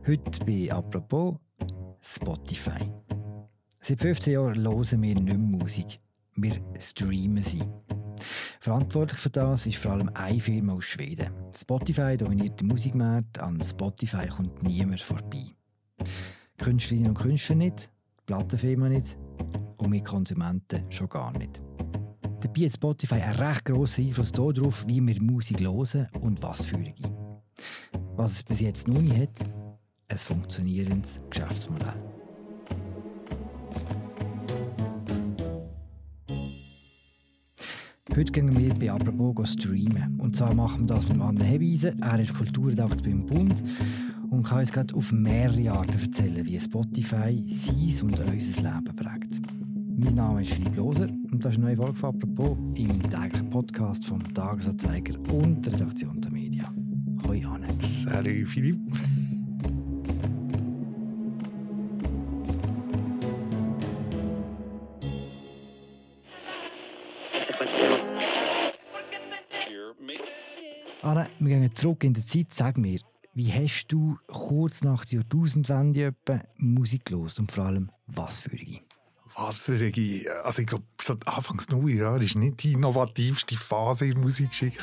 Heute bei «Apropos» Spotify. Seit 15 Jahren hören wir nicht mehr Musik. Wir streamen sie. Verantwortlich für das ist vor allem eine Firma aus Schweden. Spotify dominiert den Musikmarkt, an Spotify kommt niemand vorbei. Künstlerinnen und Künstler nicht, die Plattenfirma nicht und wir Konsumenten schon gar nicht. Dabei hat Spotify einen recht grossen Einfluss darauf, wie wir Musik hören und was für eine. Was es bis jetzt noch nicht hat, ein funktionierendes Geschäftsmodell. Heute gehen wir bei «Apropos» streamen. Und zwar machen wir das mit Anne Hebeisen. Er ist Kulturredakteur beim «Bund» und kann uns gerade auf mehrere Arten erzählen, wie Spotify sein und unser Leben prägt. Mein Name ist Philipp Loser und das ist eine neue Folge von «Apropos» im täglichen Podcast vom «Tagesanzeiger» und der Redaktion der Media. Hoi Anne. Salut Philipp. Anne, wir gehen zurück in die Zeit. Sag mir, wie hast du kurz nach der Jahrtausendwende etwa Musik gehört und vor allem was für eine? Was für eine? Also ich glaube, so Anfangs Nullerjahre war nicht die innovativste Phase in der Musikgeschichte.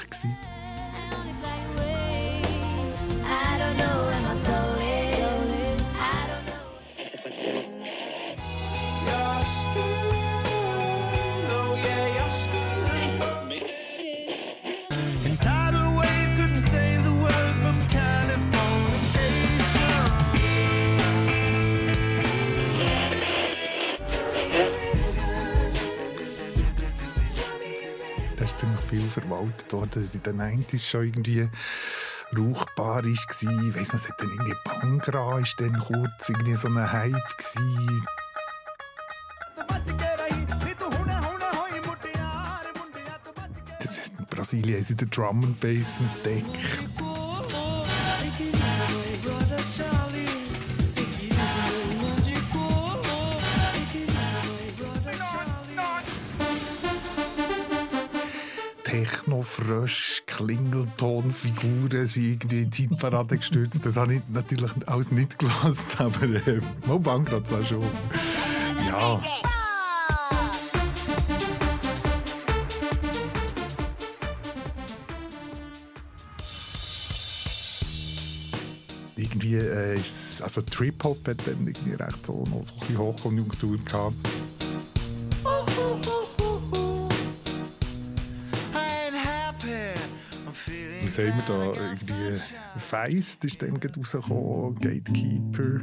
Ziemlich viel verwaltet worden, dass in den 90s schon irgendwie rauchbar war. Ich weiss noch, es hat dann irgendwie Bangra, ist dann kurz irgendwie so ein Hype gewesen. In Brasilien haben sie den Drum and Bass entdeckt. Techno-Frösch, Klingeltonfiguren sind irgendwie in die Hitparade gestürzt. Das habe ich natürlich alles nicht gelassen, aber mal Bankrad war schon. Ja. Irgendwie ist also Trip-Hop hat dann irgendwie recht so noch so ein bisschen Hochkonjunktur gehabt. Was haben wir da? Irgendwie Feist ist dann gerade rausgekommen, Gatekeeper.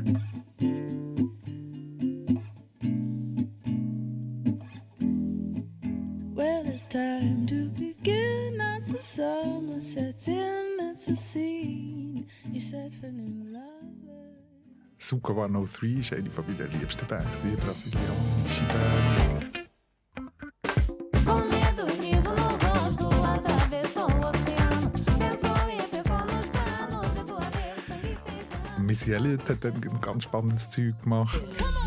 Well, it's time to begin as the summer sets in. It's a scene you set for new lovers. Suka 103 war eine meiner liebsten Bands, eine brasilianische Band. Missy Elliott hat dann ein ganz spannendes Zeug gemacht.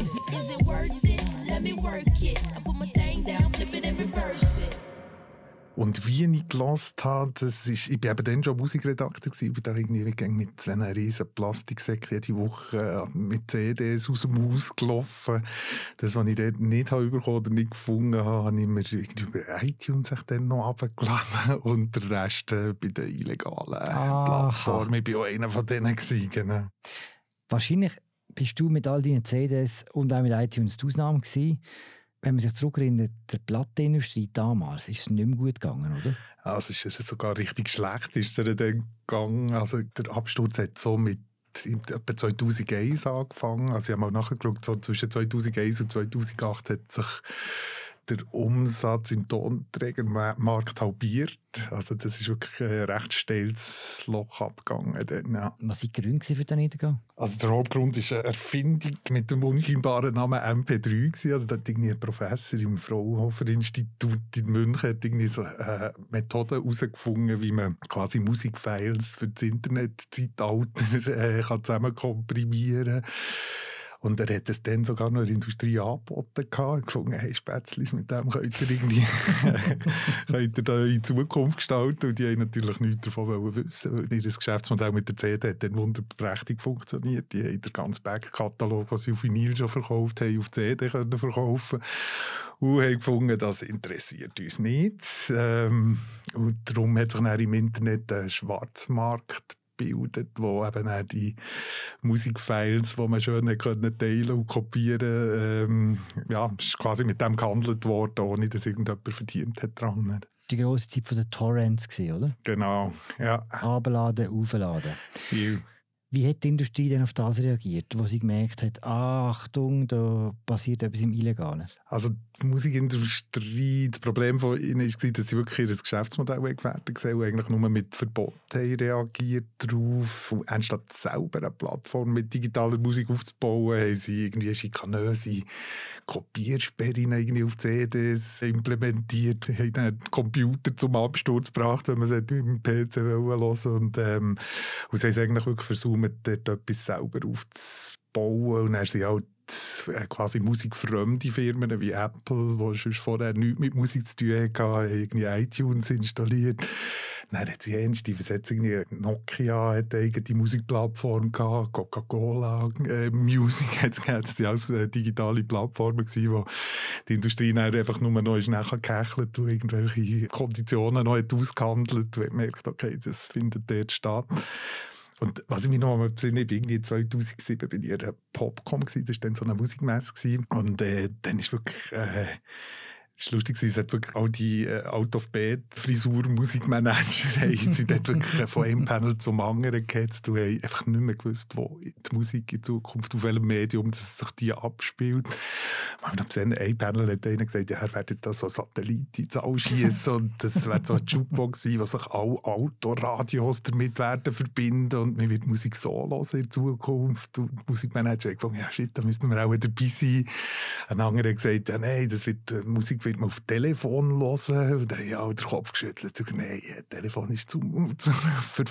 Und wie ich gehört habe, ich war eben dann schon Musikredakteur, ich bin da irgendwie mit so einer riesen Plastiksäcke jede Woche mit CDs aus dem Haus gelaufen. Das, was ich dort nicht habe bekommen oder nicht gefunden habe, habe ich mir irgendwie über iTunes dann noch runtergeladen und der Rest bei den illegalen Plattformen. Ich war auch einer von denen gewesen. Wahrscheinlich bist du mit all deinen CDs und auch mit iTunes die Ausnahme gewesen. Wenn man sich zurückerinnert, der Plattenindustrie damals, ist es nicht mehr gut gegangen, oder? Also es ist sogar richtig schlecht ist es dann gegangen. Also der Absturz hat so mit etwa 2001 angefangen. Also ich habe mal nachgeschaut, so zwischen 2001 und 2008 hat sich der Umsatz im Tonträgermarkt halbiert. Also das ist wirklich ein recht steiles Loch abgegangen. Dann, ja. Was waren die Gründe für den Niedergang? Also der Hauptgrund war eine Erfindung mit dem unscheinbaren Namen MP3. Also da hat irgendwie ein Professor im Fraunhofer-Institut in München hat irgendwie so eine Methode herausgefunden, wie man quasi Musikfiles für das Internetzeitalter zusammen komprimieren kann. Und er hat es dann sogar noch in der Industrie angeboten gehabt. Gefunden, hey Spätzlis, mit dem könnt ihr irgendwie könnt ihr da in Zukunft gestalten. Und die haben natürlich nichts davon wissen, weil ihr Geschäftsmodell mit der CD hat dann wunderprächtig funktioniert. Die haben den ganzen Backkatalog, was sie auf Vinyl schon verkauft haben, auf CD können verkaufen. Und haben gefunden, das interessiert uns nicht. Und darum hat sich dann im Internet ein Schwarzmarkt bildet, wo eben auch die Musikfiles, die man schön teilen und kopieren konnte, ist quasi mit dem gehandelt worden, ohne dass irgendjemand verdient hat dran. Die grosse Zeit von den Torrents gewesen, oder? Genau, ja. Abladen, aufladen. Wie hat die Industrie denn auf das reagiert, wo sie gemerkt hat, Achtung, da passiert etwas im Illegalen? Also die Musikindustrie, das Problem von ihnen war, dass sie wirklich ihr Geschäftsmodell gefährdet gesehen und eigentlich nur mit Verboten reagiert darauf. Und anstatt selber eine Plattform mit digitaler Musik aufzubauen, haben sie irgendwie schikanöse Kopiersperren irgendwie auf CDs implementiert, haben dann den Computer zum Absturz gebracht, wenn man es mit dem PC hören wollte. Und sie haben es eigentlich wirklich versucht, dort etwas selber aufzubauen. Und dann sind halt quasi musikfremde Firmen wie Apple, die schon vorher nichts mit Musik zu tun hatten, haben irgendwie iTunes installiert. Dann hat sie Nokia hat eine eigene Musikplattform gehabt, Coca-Cola Music hat es gegeben. Das waren alles digitale Plattformen gewesen, wo die Industrie dann einfach nur noch nachgehechelt und irgendwelche Konditionen noch ausgehandelt und merkt, okay, das findet dort statt. Und was ich mich noch einmal besinne, irgendwie 2007 bin ich in einer Popcom gewesen, das war dann so eine Musikmesse gewesen. Und dann ist wirklich, es ist lustig, es hat wirklich all die Out-of-Bed-Frisur-Musikmanager sind dort wirklich von einem Panel zum anderen gehetzt und haben einfach nicht mehr gewusst, wo die Musik in Zukunft, auf welchem Medium dass sich die abspielt. Man hat gesehen, ein Panel hat einer gesagt, ja, er wird jetzt da so Satelliten ins All schiessen und das wird so ein Jukebox sein, wo sich alle Autoradios damit werden verbinden und man wird Musik so hören in Zukunft. Und die Musikmanager haben gesagt, ja shit, da müssen wir auch dabei sein. Ein anderer hat gesagt, ja nein, das wird Musik wird man auf Telefon hören. Und dann habe ich den Kopf geschüttelt. Und nein, Telefon ist für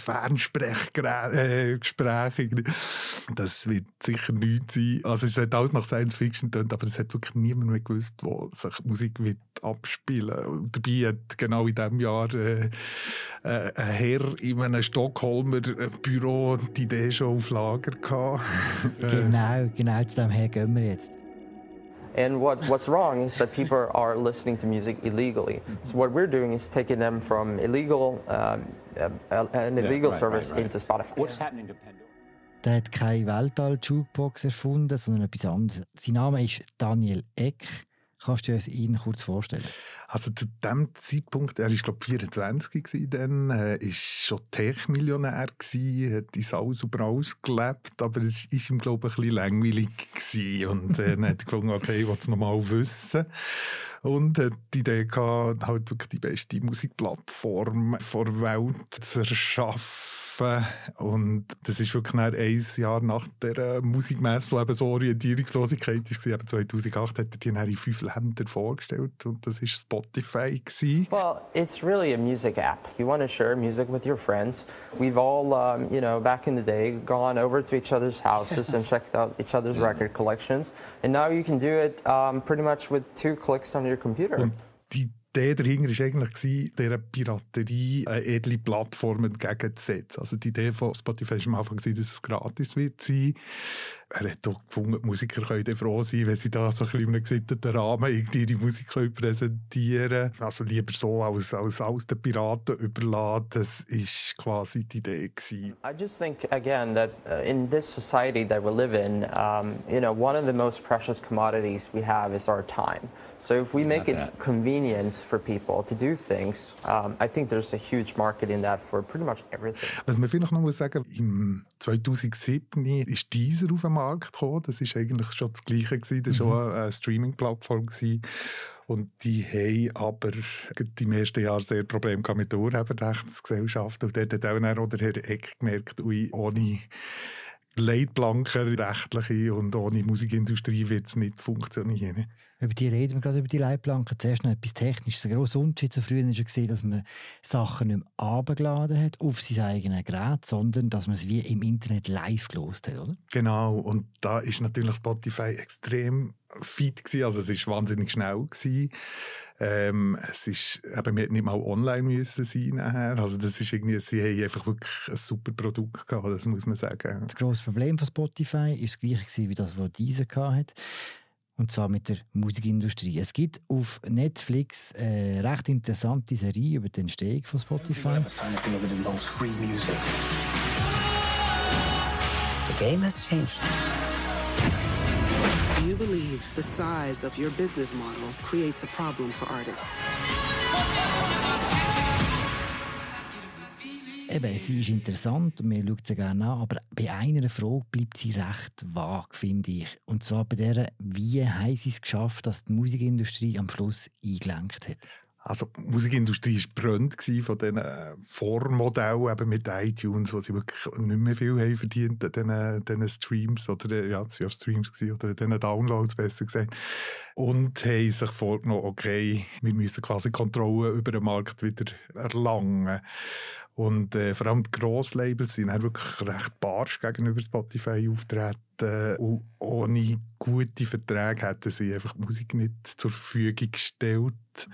Fernsprechgespräche. Das wird sicher nichts sein. Also es hat alles nach Science Fiction getönt, aber es hat wirklich niemand mehr gewusst, wo sich Musik wird abspielen. Und dabei hat genau in diesem Jahr ein Herr in einem Stockholmer Büro die Idee schon auf Lager gehabt. Genau zu dem Herr gehen wir jetzt. And what's wrong is that people are listening to music illegally. So what we're doing is taking them from an illegal service into Spotify. What's happening to Pandora? Der hat keine Weltall-Jukebox erfunden, sondern etwas anderes. Sein Name ist Daniel Ek. Kannst du uns ihn kurz vorstellen? Also zu dem Zeitpunkt, er war glaube ich 24 dann, ist schon Tech-Millionär gsi, hat in Saus und Braus gelebt, aber es ist ihm glaube ich ein bisschen langweilig gsi und dann hat er gefunden, okay, ich will es nochmal wissen. Und hat die Idee gehabt, halt wirklich die beste Musikplattform der Welt zu erschaffen. Und das ist wirklich ein Jahr nach der Musikmesse, wo eben so Orientierungslosigkeit war. Eben 2008 hat er die in 5 Ländern vorgestellt und das war Spotify gewesen. Well, it's really a music app. You want to share music with your friends. We've all, back in the day, gone over to each other's houses and checked out each other's record collections. And now you can do it pretty much with 2 clicks on your computer. Und die Idee dahinter war eigentlich, dieser Piraterie eine edle Plattform entgegenzusetzen. Also die Idee von Spotify war am Anfang, dass es gratis wird sein. Er hat auch gefunden, die Musiker können froh sein, wenn sie da so ein bisschen in einem gesitteten Rahmen irgendwie ihre Musik präsentieren können. Also lieber so als den Piraten überladen. Das war quasi die Idee gewesen. I just think, again, that in this society that we live in, one of the most precious commodities we have is our time. So if we make it convenient for people to do things, I think there's a huge market in that for pretty much everything. Was man vielleicht noch sagen muss, im 2007 ist Deezer auf den Markt gekommen. Das war eigentlich schon das Gleiche gewesen. Das war schon eine Streaming-Plattform gewesen. Und die haben aber im ersten Jahr sehr Probleme mit der Urheberrechtsgesellschaft. Und dort hat auch der Herr Eck gemerkt, ohne Leitplanken, rechtliche, und ohne Musikindustrie wird es nicht funktionieren. Über die reden wir gerade, über die Leitplanken. Zuerst noch etwas Technisches. Der grosse Unterschied zu früher war ja, dass man Sachen nicht mehr runtergeladen hat auf sein eigenes Gerät, sondern dass man es wie im Internet live gelost hat, oder? Genau, und da ist natürlich Spotify extrem fit gewesen. Also es war wahnsinnig schnell gewesen. Es ist, eben, wir hätten nicht mal online müssen sein nachher. Also das ist irgendwie, sie haben einfach wirklich ein super Produkt gehabt, das muss man sagen. Das grosse Problem von Spotify war das gleiche wie das, was Deezer hatte. Und zwar mit der Musikindustrie. Es gibt auf Netflix eine recht interessante Serie über die Entstehung von Spotify. The game has changed. Do you believe the size of your business model creates a problem for artists? Eben, sie ist interessant und man schaut sie gerne an, aber bei einer Frage bleibt sie recht vage, finde ich. Und zwar bei der, wie haben sie es geschafft, dass die Musikindustrie am Schluss eingelenkt hat. Also die Musikindustrie war brennt von diesen Vormodellen eben mit iTunes, wo sie wirklich nicht mehr viel haben verdient an diesen Streams, oder ja, es waren ja Streams gewesen, oder diesen Downloads, besser gesagt. Und haben sich vorgenommen, okay, wir müssen quasi Kontrolle über den Markt wieder erlangen. Und vor allem die Grosslabels sind dann wirklich recht barsch gegenüber Spotify auftreten. Und ohne gute Verträge hätten sie einfach die Musik nicht zur Verfügung gestellt.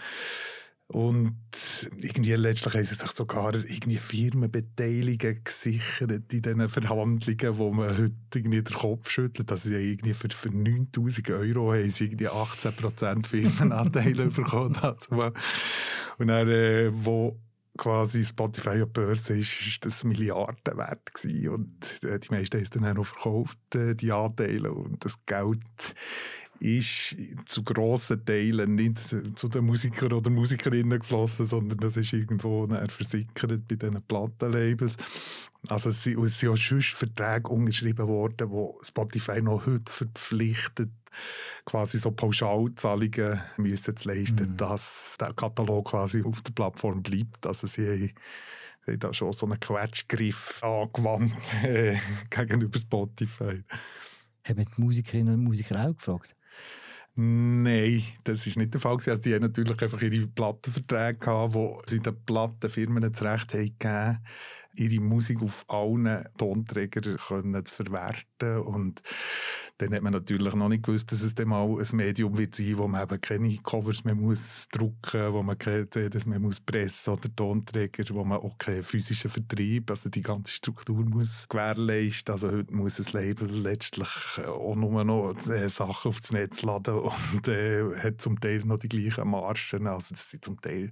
Und irgendwie letztlich haben sie sich sogar irgendwie Firmenbeteiligungen gesichert in diesen Verhandlungen, wo man heute irgendwie den Kopf schüttelt. Also sie irgendwie für 9'000 € haben sie irgendwie 18% Firmenanteile bekommen. Und dann, wo quasi Spotify an der Börse ist das Milliardenwert gewesen. Und die meisten haben es dann auch noch verkauft, die Anteile. Und das Geld ist zu grossen Teilen nicht zu den Musikern oder Musikerinnen geflossen, sondern das ist irgendwo versickert bei diesen Plattenlabels. Also es sind auch sonst Verträge unterschrieben worden, wo Spotify noch heute verpflichtet, quasi so Pauschalzahlungen müssen zu leisten, dass der Katalog quasi auf der Plattform bleibt. Also sie haben da schon so einen Quetschgriff angewandt gegenüber Spotify. Haben die Musikerinnen und Musiker auch gefragt? Nein, das war nicht der Fall. Also die haben natürlich einfach ihre Plattenverträge gehabt, wo sie den Plattenfirmen das Recht haben gegeben, ihre Musik auf allen Tonträgern zu verwerten. Und dann hat man natürlich noch nicht gewusst, dass es dann mal ein Medium wird sein, wo man eben keine Covers mehr muss drucken, wo man keine CDs mehr muss pressen oder Tonträger, wo man auch keinen physischen Vertrieb, also die ganze Struktur muss gewährleisten. Also heute muss ein Label letztlich auch nur noch Sachen aufs Netz laden und hat zum Teil noch die gleichen Margen. Also das sind zum Teil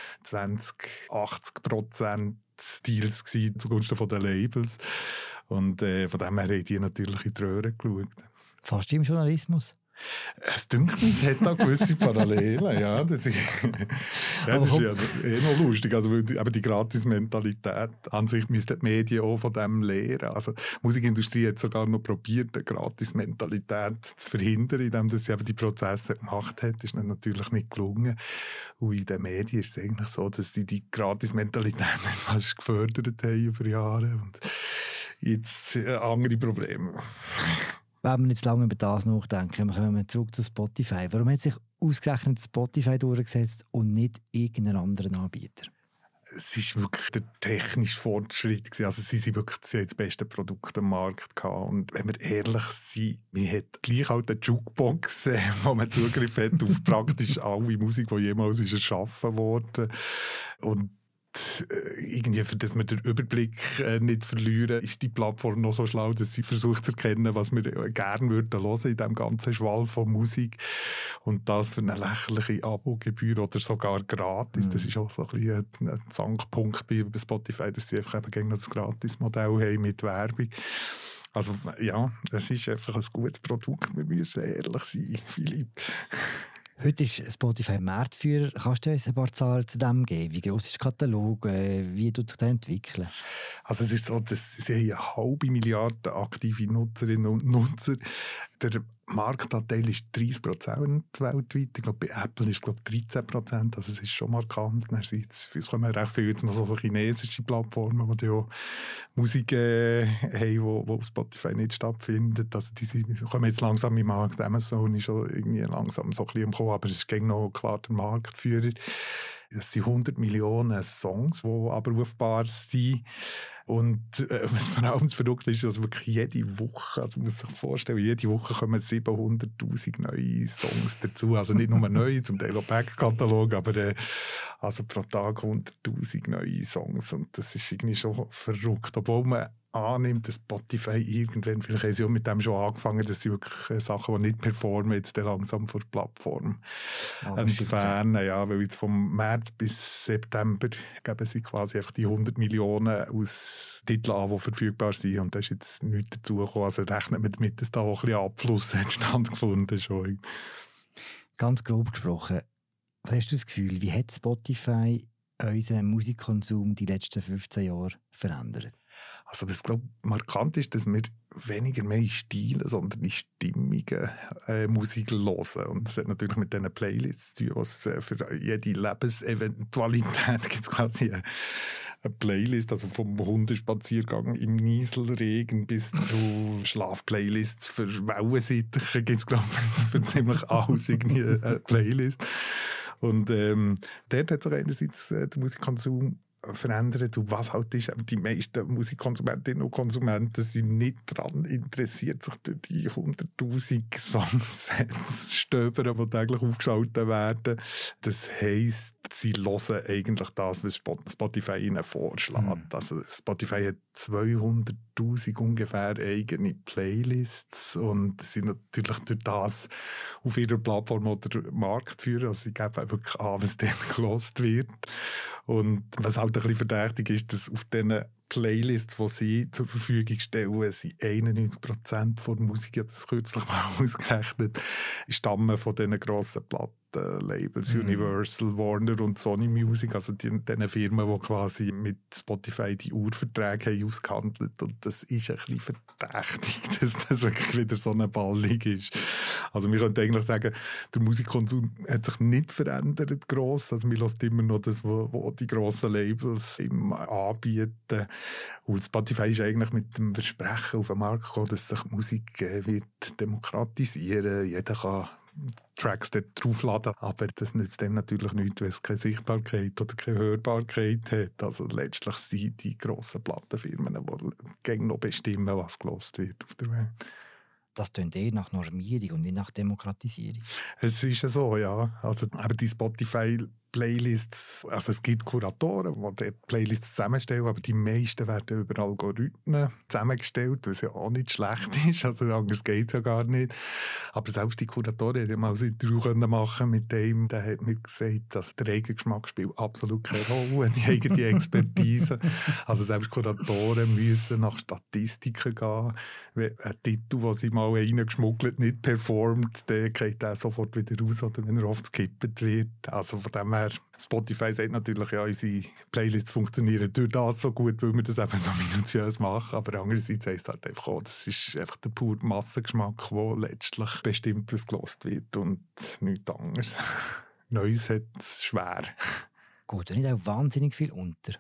20-80% Deals zugunsten der Labels. Und von dem her haben die natürlich in die Röhre geschaut. Fast wie im Journalismus. Es dünkt mich, es hat da gewisse Parallelen. Ja, das ist ja noch lustig. Also, aber die Gratis-Mentalität an sich müssten die Medien auch von dem lernen. Also, die Musikindustrie hat sogar noch probiert, die Gratis-Mentalität zu verhindern, indem sie eben die Prozesse gemacht hat. Das ist natürlich nicht gelungen. Und in den Medien ist es eigentlich so, dass sie die Gratis-Mentalität fast gefördert haben über Jahre. Und jetzt andere Probleme. Wenn wir jetzt lange über das nachdenken, kommen wir zurück zu Spotify. Warum hat sich ausgerechnet Spotify durchgesetzt und nicht irgendeinen anderen Anbieter? Es war wirklich der technische Fortschritt. Also sie haben wirklich das beste Produkt am Markt gehabt. Und wenn wir ehrlich sind, man hat gleich halt eine Jukebox, wo man Zugriff hat auf praktisch alle Musik, die jemals erschaffen wurde. Und irgendwie, für das wir den Überblick nicht verlieren, ist die Plattform noch so schlau, dass sie versucht zu erkennen, was wir gerne hören würden in diesem ganzen Schwall von Musik. Und das für eine lächerliche Abogebühr oder sogar gratis. Das ist auch so ein bisschen ein Zankpunkt bei Spotify, dass sie einfach eben gegen das Gratis-Modell haben mit Werbung. Also ja, es ist einfach ein gutes Produkt. Wir müssen ehrlich sein, Philipp. Heute ist Spotify Marktführer. Kannst du uns ein paar Zahlen zu dem geben? Wie groß ist der Katalog? Wie tut sich das entwickeln? Also es ist so, dass sie haben 500 Milliarden aktive Nutzerinnen und Nutzer. Der Marktanteil ist 30% weltweit. Ich glaube, bei Apple ist es 13%. Also es ist schon markant. Es kommen recht viele jetzt noch so chinesische Plattformen, die ja Musik haben, die auf Spotify nicht stattfindet. Also die kommen jetzt langsam im Markt. Amazon ist schon irgendwie langsam so ein bisschen umgekommen, aber es ist gegen noch klar der Marktführer. Es sind 100 Millionen Songs, die abrufbar sind. Und was vor allem verrückt ist, dass wirklich jede Woche, also man muss sich vorstellen, jede Woche kommen 700'000 neue Songs dazu. Also nicht nur neue, zum Teil auch Back-Katalog, aber also pro Tag 100'000 neue Songs. Und das ist irgendwie schon verrückt. Obwohl man annimmt, dass Spotify irgendwann, vielleicht haben sie auch mit dem schon angefangen, dass sie wirklich Sachen, die nicht performen, jetzt langsam von der Plattform entfernen. Ja, weil jetzt vom März bis September geben sie quasi einfach die 100 Millionen aus Titeln an, die verfügbar sind. Und da ist jetzt nichts dazugekommen. Also rechnet man damit, dass da auch ein bisschen Abfluss entstanden gefunden schon. Ganz grob gesprochen, was hast du das Gefühl, wie hat Spotify unseren Musikkonsum die letzten 15 Jahre verändert? Also was, glaube ich, markant ist, dass wir weniger mehr in Stilen, sondern in Stimmungen Musik hören. Und das hat natürlich mit diesen Playlists zu tun, was für jede Lebenseventualität gibt es quasi eine Playlist, also vom Hundespaziergang im Nieselregen bis zu Schlafplaylists für Wellensittiche gibt es, glaube ich, für ziemlich alles irgendwie eine Playlist. Und dort hat sich einerseits der Musikkonsum verändert. Und was halt ist, die meisten Musikkonsumentinnen und Konsumenten sind nicht daran interessiert, sich durch die 100'000 Songs zu stöbern, die täglich aufgeschaltet werden. Das heisst, sie hören eigentlich das, was Spotify ihnen vorschlägt. Also Spotify hat 200'000 ungefähr eigene Playlists und sind natürlich durch das auf ihrer Plattform oder Marktführer. Also sie geben wirklich an, was dort gehört wird. Und was halt ein bisschen verdächtig ist, dass auf diesen Playlists, die sie zur Verfügung stellen, sind 91% von der Musik, ich habe das kürzlich mal ausgerechnet, stammen von diesen grossen Plattenlabels, Universal, Warner und Sony Music, also diesen Firmen, die quasi mit Spotify die Urverträge haben ausgehandelt. Und das ist ein bisschen verdächtig, dass das wirklich wieder so eine Ballung ist. Also wir können eigentlich sagen, der Musikkonsum hat sich nicht verändert gross. Also wir hören immer noch das, was die grossen Labels immer anbieten. Und Spotify ist eigentlich mit dem Versprechen auf den Markt gekommen, dass sich Musik wird demokratisieren. Jeder kann Tracks dort draufladen, aber das nützt dem natürlich nichts, weil es keine Sichtbarkeit oder keine Hörbarkeit hat. Also letztlich sind die grossen Plattenfirmen, die noch bestimmen, was gelost wird auf der Welt. Das klingt eher nach Normierung und nicht nach Demokratisierung. Es ist ja so, ja. Also, aber die Spotify-Playlists, also es gibt Kuratoren, die die Playlists zusammenstellen, aber die meisten werden über Algorithmen zusammengestellt, was ja auch nicht schlecht ist. Also anders geht es ja gar nicht. Aber selbst die Kuratoren haben mal ein Interview machen mit dem, der hat mir gesagt, dass der eigene Geschmack spielt absolut keine Rolle, die eigene Expertise. Also selbst Kuratoren müssen nach Statistiken gehen. Wenn ein Titel, den sie mal reingeschmuggelt, nicht performt, dann geht er sofort wieder raus oder wenn er oft geskippt wird. Also von dem her, Spotify sagt natürlich, ja, unsere Playlists funktionieren durch das so gut, weil wir das eben so minutiös machen. Aber andererseits heisst es halt einfach auch, das ist einfach der pure Massengeschmack, der letztlich bestimmt, was gelost wird und nichts anderes. Neues hat es schwer. Geht ja nicht auch wahnsinnig viel unter?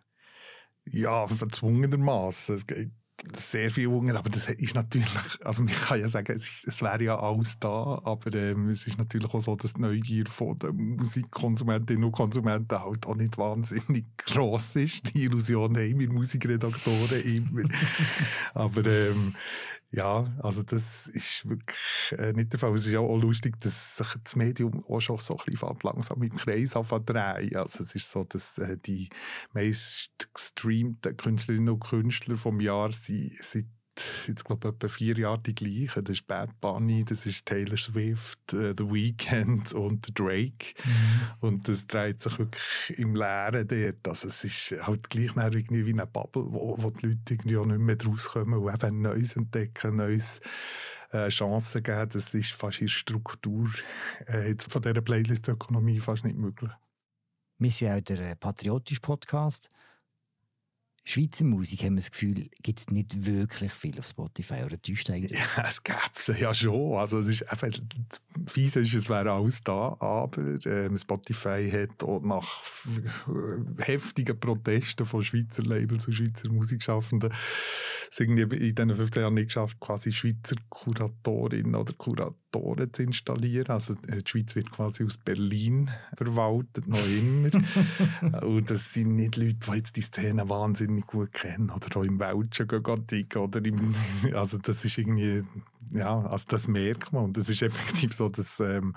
Ja, verzwungenermassen. Es geht sehr viel Hunger, aber das ist natürlich, also man kann ja sagen, es wäre ja alles da, aber es ist natürlich auch so, dass die Neugier von den Musikkonsumentinnen und Konsumenten halt auch nicht wahnsinnig gross ist. Die Illusion haben wir Musikredaktoren immer. Aber ja, also das ist wirklich nicht der Fall. Es ist ja auch lustig, dass sich das Medium auch schon so ein bisschen langsam im Kreis drehen. Also es ist so, dass die meist gestreamten Künstlerinnen und Künstler vom Jahr sind jetzt glaube ich etwa 4 Jahre die gleichen. Das ist Bad Bunny, das ist Taylor Swift, The Weeknd und Drake. Und das dreht sich wirklich im Leeren dort. Also es ist halt gleich irgendwie wie eine Bubble, wo die Leute irgendwie auch nicht mehr rauskommen und eben Neues entdecken, Neues Chancen geben. Das ist fast in der Struktur jetzt von dieser Playlist-Ökonomie fast nicht möglich. Wir sind auch der patriotische Podcast. Schweizer Musik, haben wir das Gefühl, gibt es nicht wirklich viel auf Spotify oder täuscht eigentlich? Ja, es gäbe es ja schon. Also es ist einfach, fies ist, es wäre alles da, aber Spotify hat auch nach heftigen Protesten von Schweizer Labels und Schweizer Musikschaffenden es irgendwie in diesen 15 Jahren nicht geschafft, quasi Schweizer Kuratorinnen oder Kuratoren zu installieren. Also die Schweiz wird quasi aus Berlin verwaltet, noch immer. Und das sind nicht Leute, die jetzt die Szene wahnsinnig gut kennen oder auch im Welschen gehen oder also das ist irgendwie, ja, also das merkt man. Und es ist effektiv so, dass im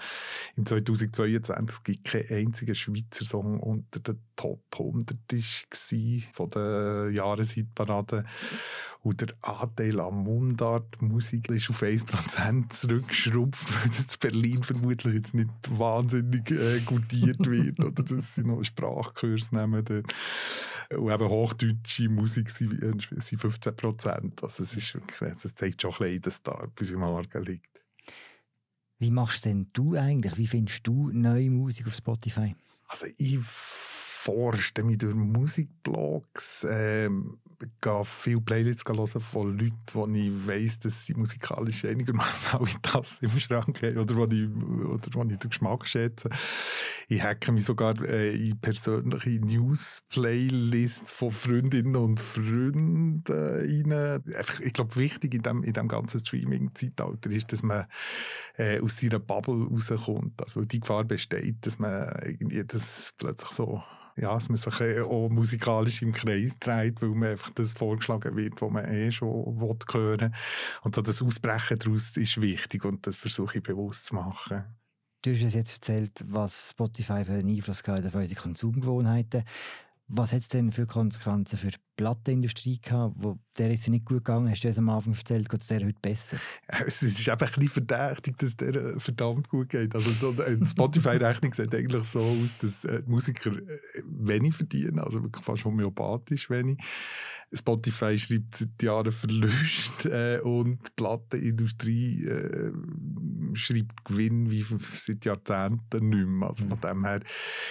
2022 gibt kein einziger Schweizer Song unter den Top 100 war von der Jahreshitparade. Und der Anteil an Mundartmusik ist auf 1% zurückgeschrumpft, weil das in Berlin vermutlich jetzt nicht wahnsinnig gutiert wird oder dass sie noch einen Sprachkurs nehmen. Und eben hochdeutsche Musik sind 15%. Also es ist wirklich, das zeigt schon ein bisschen, dass da etwas im Argen liegt. Wie machst denn du eigentlich? Wie findest du neue Musik auf Spotify? Also ich forsche mich durch Musikblogs, gehe viele Playlists hören von Leuten, wo ich weiss, dass sie musikalisch einigermaßen alle das im Schrank haben oder wo ich den Geschmack schätze. Ich hacke mich sogar in persönliche News-Playlists von Freundinnen und Freunden rein. Ich glaube, wichtig in dem ganzen Streaming-Zeitalter ist, dass man aus seiner Bubble rauskommt. Also, weil die Gefahr besteht, dass man irgendwie das plötzlich so, ja, dass man sich auch musikalisch im Kreis dreht, weil man einfach das vorgeschlagen wird, was man schon hören will. Und so das Ausbrechen daraus ist wichtig und das versuche ich bewusst zu machen. Du hast uns jetzt erzählt, was Spotify für einen Einfluss hat auf unsere Konsumgewohnheiten. Was hat es denn für Konsequenzen für die Plattenindustrie gehabt? Der ist nicht gut gegangen, hast du uns am Anfang erzählt, geht es der heute besser? Es ist einfach ein bisschen verdächtig, dass der verdammt gut geht. Also so eine Spotify-Rechnung sieht eigentlich so aus, dass Musiker wenig verdienen, also wirklich fast homöopathisch wenig. Spotify schreibt seit Jahren Verluste und die Plattenindustrie schreibt Gewinn wie seit Jahrzehnten nicht mehr. Also von dem her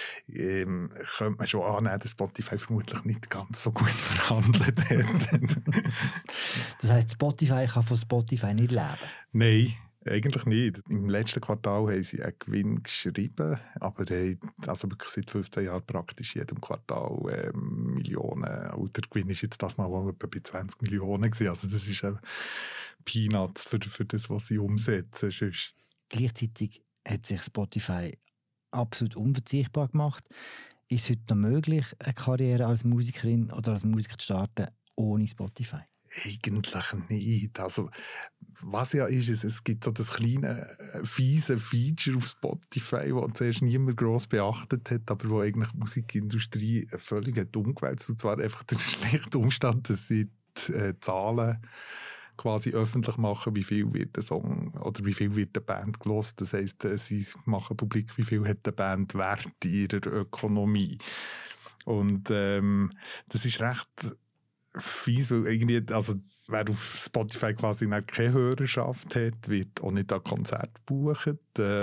könnte man schon annehmen, dass Spotify vermutlich nicht ganz so gut verhandelt hat. Das heisst, Spotify kann von Spotify nicht leben? Nein, eigentlich nicht. Im letzten Quartal haben sie einen Gewinn geschrieben, aber also wirklich seit 15 Jahren praktisch jedem Quartal Millionen. Und der Gewinn ist jetzt das mal etwa bei 20 Millionen gewesen. Also das ist ein Peanuts für das, was sie umsetzen. Sonst. Gleichzeitig hat sich Spotify absolut unverzichtbar gemacht. Ist es heute noch möglich, eine Karriere als Musikerin oder als Musiker zu starten ohne Spotify? Eigentlich nicht. Also, was ja ist, es gibt so das kleine, fiese Feature auf Spotify, das zuerst niemand gross beachtet hat, aber wo eigentlich die Musikindustrie völlig umgewälzt hat. Und zwar einfach der schlechte Umstand, dass sie die Zahlen quasi öffentlich machen, wie viel wird der Song oder wie viel wird der Band gelost. Das heisst, sie machen publik, wie viel hat der Band Wert in ihrer Ökonomie. Und das ist recht fies, weil irgendwie, also wer auf Spotify quasi keine Hörerschaft hat, wird auch nicht an Konzert buchen.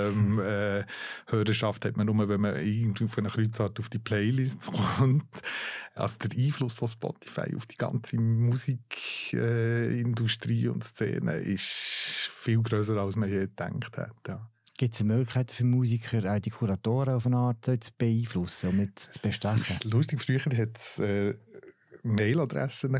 Hörerschaft hat man nur, wenn man irgendwie auf eine Kreuzfahrt auf die Playlists kommt. Also der Einfluss von Spotify auf die ganze Musikindustrie und Szene ist viel grösser, als man je gedacht hat. Ja. Gibt es eine Möglichkeit für Musiker, auch die Kuratoren auf eine Art zu beeinflussen und mit zu bestechen? Es ist lustig, früher hat es Mailadressen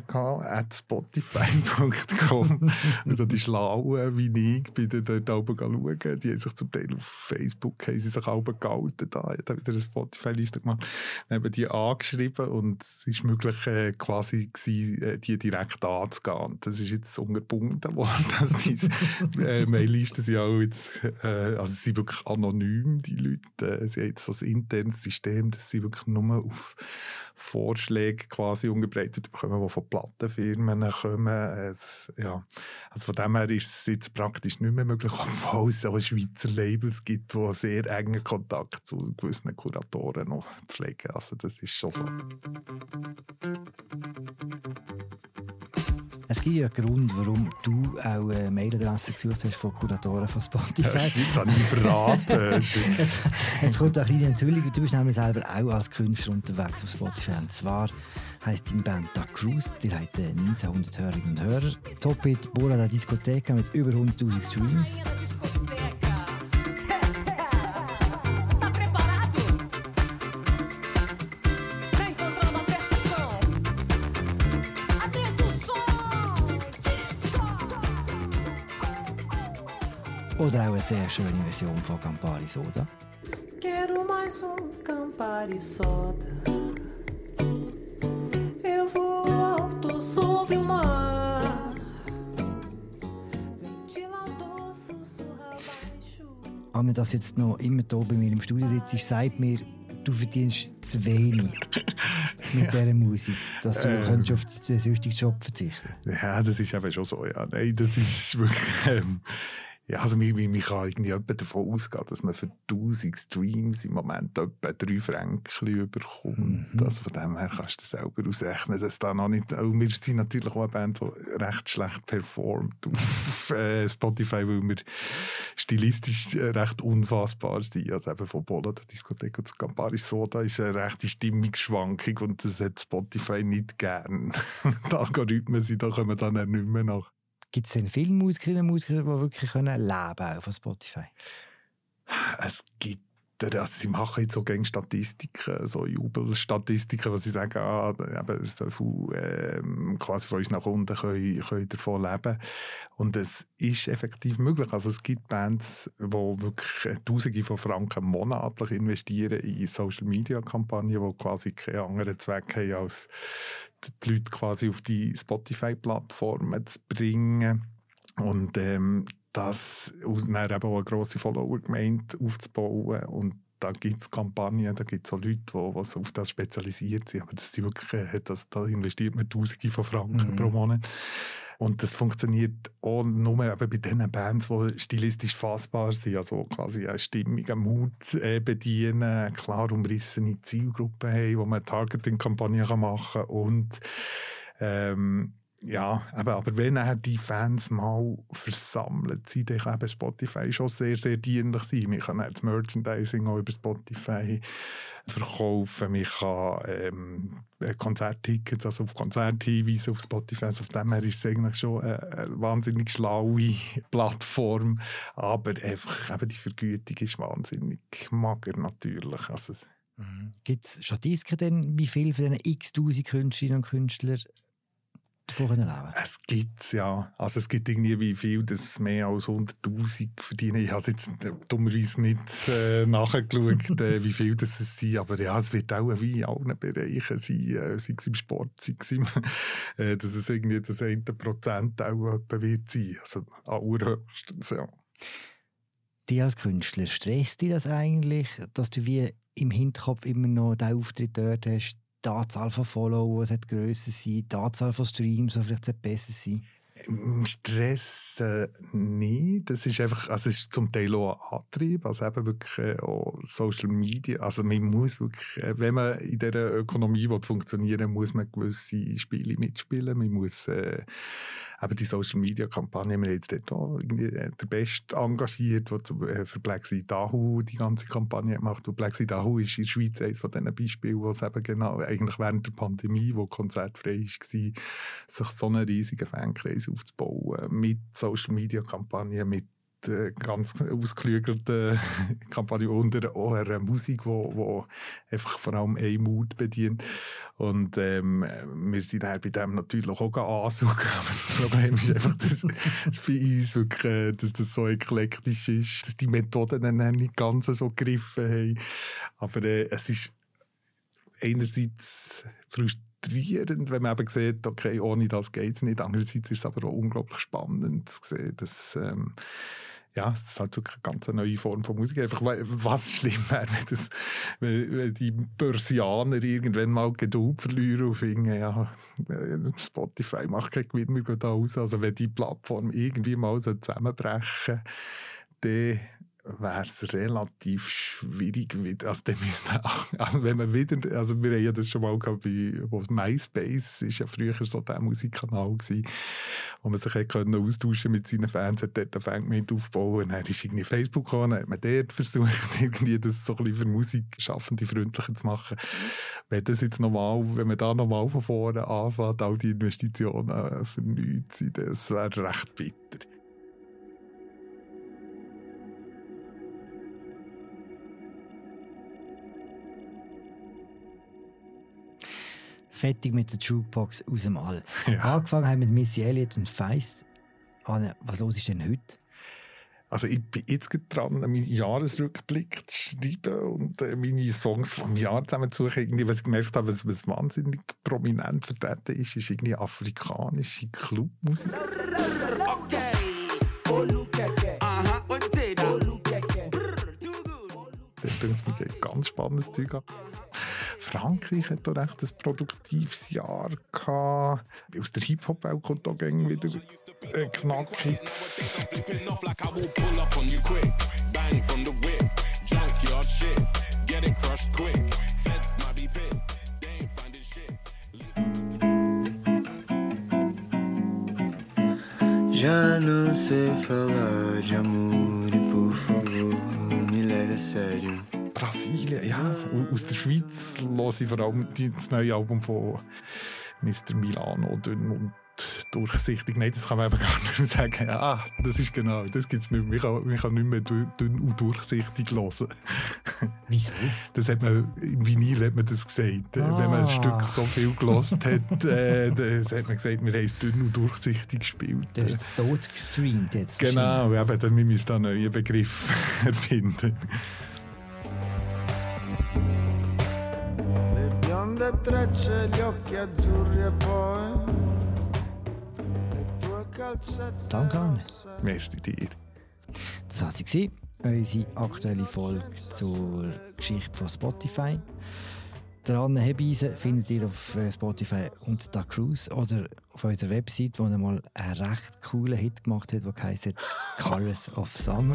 @spotify.com. Also die Schlauen wie ich bin dort oben schauen. Die haben sich zum Teil auf Facebook haben sie sich oben gehalten. Da hat wieder eine Spotify-Liste gemacht. Dann haben die angeschrieben und es ist möglich quasi gewesen, die direkt anzugehen. Das ist jetzt unterbunden worden, dass diese Mail-Listen sind auch jetzt, also sie sind wirklich anonym, die Leute. Sie haben jetzt so ein internes System, dass sie wirklich nur auf Vorschläge quasi umgebreitet bekommen, die von Plattenfirmen kommen. Ja. Also von dem her ist es jetzt praktisch nicht mehr möglich, obwohl es auch Schweizer Labels gibt, die sehr engen Kontakt zu gewissen Kuratoren noch pflegen. Also das ist schon so. Es dir ja Grund, warum du auch eine Mailadresse gesucht hast von Kuratoren von Spotify. Ja, das habe ich verraten. Jetzt kommt eine kleine Enthüllung. Du bist nämlich selber auch als Künstler unterwegs auf Spotify. Und zwar heisst deine Band Da Cruise. Die hat 1900 Hörerinnen und Hörer. Top-Hit Bora da Discoteca mit über 100'000 Streams. Oder auch eine sehr schöne Version von Campari Soda. Quero mais Campari Soda. Eu vou alto sobre o mar. Ventilador sussurra baixo. Anne, dass jetzt noch immer hier bei mir im Studio sitzt, sagt mir, du verdienst zu wenig mit dieser Musik, dass du könntest auf den sonstigen Job verzichten. Ja, das ist eben schon so. Ja. Nein, das ist wirklich... Ja, also man kann irgendwie davon ausgehen, dass man für 1000 Streams im Moment etwa 3 Franken bekommt. Also von dem her kannst du selber ausrechnen, dass da noch nicht... Wir sind natürlich auch eine Band, die recht schlecht performt auf Spotify, weil wir stilistisch recht unfassbar sind. Also eben von Bola der Discoteca zu Campari Soda ist eine rechte Stimmungsschwankung und das hat Spotify nicht gern. Die Algorithmen sind da, kommen dann nicht mehr nach. Gibt es denn viele Musikerinnen und Musiker, die wirklich leben können von Spotify? Es gibt, also sie machen jetzt so gegen Statistiken, so Jubelstatistiken, wo sie sagen, eben, so viel quasi von uns nach unten können davon leben. Und es ist effektiv möglich. Also es gibt Bands, die wirklich Tausende von Franken monatlich investieren in Social-Media-Kampagnen, die quasi keinen anderen Zweck haben, als die Leute quasi auf die Spotify-Plattformen zu bringen und das und dann eben auch eine grosse Follower-Gemeinde aufzubauen. Und da gibt es Kampagnen, da gibt es auch Leute, die auf das spezialisiert sind. Aber das sind wirklich, da investiert man Tausende von Franken pro Monat. Und das funktioniert auch nur eben bei diesen Bands, die stilistisch fassbar sind, also quasi eine Stimmung, einen Mut bedienen, eine klar umrissene Zielgruppe haben, wo man Targeting-Kampagnen machen kann. Und ja, aber wenn nachher die Fans mal versammelt sind, dann kann eben Spotify schon sehr, sehr dienlich sein. Man kann das Merchandising auch über Spotify verkaufen, man kann Konzerttickets, also auf Konzerte hinweisen auf Spotify. Also auf dem her ist es eigentlich schon eine wahnsinnig schlaue Plattform, aber einfach eben die Vergütung ist wahnsinnig mager natürlich. Also, Gibt es Statistiken denn, wie viel für diese x-tausend Künstlerinnen und Künstler davon leben? Es gibt ja. Also es gibt irgendwie wie viel, dass es mehr als 100'000 verdienen. Ich habe jetzt dummerweise nicht nachgeschaut, wie viel das es sind. Aber ja, es wird auch wie in allen Bereichen sein, sei es im Sport, sei es dass es irgendwie das 1% auch etwa wird sein. Also an urhöchstens, ja. Dich als Künstler, stresst dich das eigentlich, dass du wie im Hinterkopf immer noch den Auftritt dort hast, die Anzahl von Followers sollte grösser sein, die Anzahl von Streams sollte vielleicht besser sein? Stress nicht. Das ist einfach, also es ist zum Teil auch ein Antrieb, also eben wirklich auch Social Media. Also man muss wirklich, wenn man in dieser Ökonomie funktionieren will, muss man gewisse Spiele mitspielen. Man muss eben die Social Media Kampagne, wir haben jetzt dort auch irgendwie der Beste engagiert, der für Black Sea Dahoo die ganze Kampagne gemacht hat. Black Sea Dahoo ist in der Schweiz eines von diesen Beispielen, wo es eben genau eigentlich während der Pandemie, wo konzertfrei war, sich so einen riesigen Fankreis aufzubauen mit Social Media Kampagnen, mit ganz ausgeklügelten Kampagnen unter einer Musik, die einfach vor allem einen Mut bedient. Und wir sind bei dem natürlich auch ansuchen, aber das Problem ist einfach, dass bei uns wirklich, dass das so eklektisch ist, dass die Methoden dann nicht ganz so gegriffen haben. Aber es ist einerseits frustrierend, wenn man eben sieht, okay, ohne das geht es nicht. Andererseits ist es aber auch unglaublich spannend zu sehen, dass ja, das ist halt wirklich eine ganz neue Form von Musik. Einfach, was schlimm wäre, wenn die Börsianer irgendwann mal Geduld verlieren und finden, ja, Spotify macht keinen Gewinn mehr da raus. Also wenn die Plattform irgendwie mal so zusammenbrechen, dann wäre es relativ schwierig. Also, wenn man wieder, also wir haben ja das schon mal gehabt, wo MySpace ist ja früher so der Musikkanal gewesen, wo man sich austauschen mit seinen Fans, hat dort angefangen aufzubauen. Und dann ist irgendwie Facebook gekommen, dann hat man dort versucht, irgendwie das so ein bisschen für Musikschaffende freundlicher zu machen. Wenn man da nochmal von vorne anfängt, all die Investitionen für nichts, das wäre recht bitter. Fertig mit der Jukebox aus dem All. Ja. Angefangen haben mit Missy Elliott und Feist. Anne, was los ist denn heute? Also ich bin jetzt dran, meinen Jahresrückblick zu schreiben und meine Songs vom Jahr zusammenzusuchen. Irgendwie, was ich gemerkt habe, was wahnsinnig prominent vertreten ist irgendwie afrikanische Clubmusik. Da denkt mir ganz spannendes Zeug an. Frankreich hat da recht ein produktives Jahr gehabt. Aus der Hip-Hop-Welt kommt da wieder knackig. Já não sei falar de amor e por favor me leve a sério. Brasilien, ja, aus der Schweiz höre ich vor allem das neue Album von Mr. Milano, dünn und durchsichtig. Nein, das kann man eben gar nicht mehr sagen. Ja, das ist genau, das gibt es nicht mehr. Man kann nicht mehr dünn und durchsichtig hören. Wieso? Das hat man, im Vinyl hat man das gesagt. Wenn man ein Stück so viel gehört hat, dann hat man gesagt, wir haben es dünn und durchsichtig gespielt. Du hast es tot gestreamt jetzt. Genau, eben, wir müssen da einen neuen Begriff erfinden. Danke, Anne. Merci dir. Das war sie, unsere aktuelle Folge zur Geschichte von Spotify. Der Anne Hebeisen findet ihr auf Spotify und Da Cruise oder auf unserer Website, wo er mal einen recht coolen Hit gemacht hat, der heisst Colors of Summer.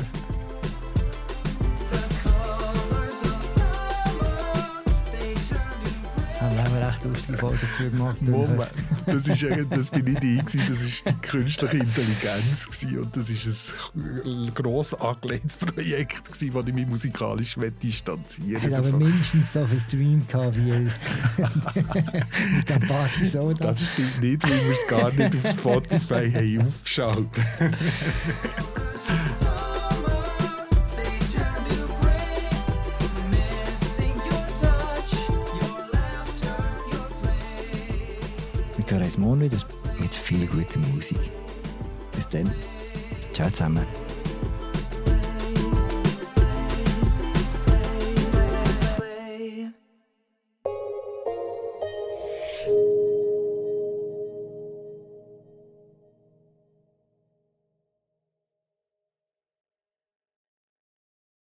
Haben wir recht lustige Folgen dazu gemacht. Moment, das bin nicht ich, das war die künstliche Intelligenz gewesen, und das war ein gross angelegtes Projekt, das ich mich musikalisch distanzieren wollte. Hat aber mindestens so viel Stream gehabt wie mit dem Party Soda. Das stimmt nicht, weil wir es gar nicht auf Spotify haben aufgeschaut. Wir hören uns morgen wieder mit viel guter Musik. Bis dann. Ciao zusammen.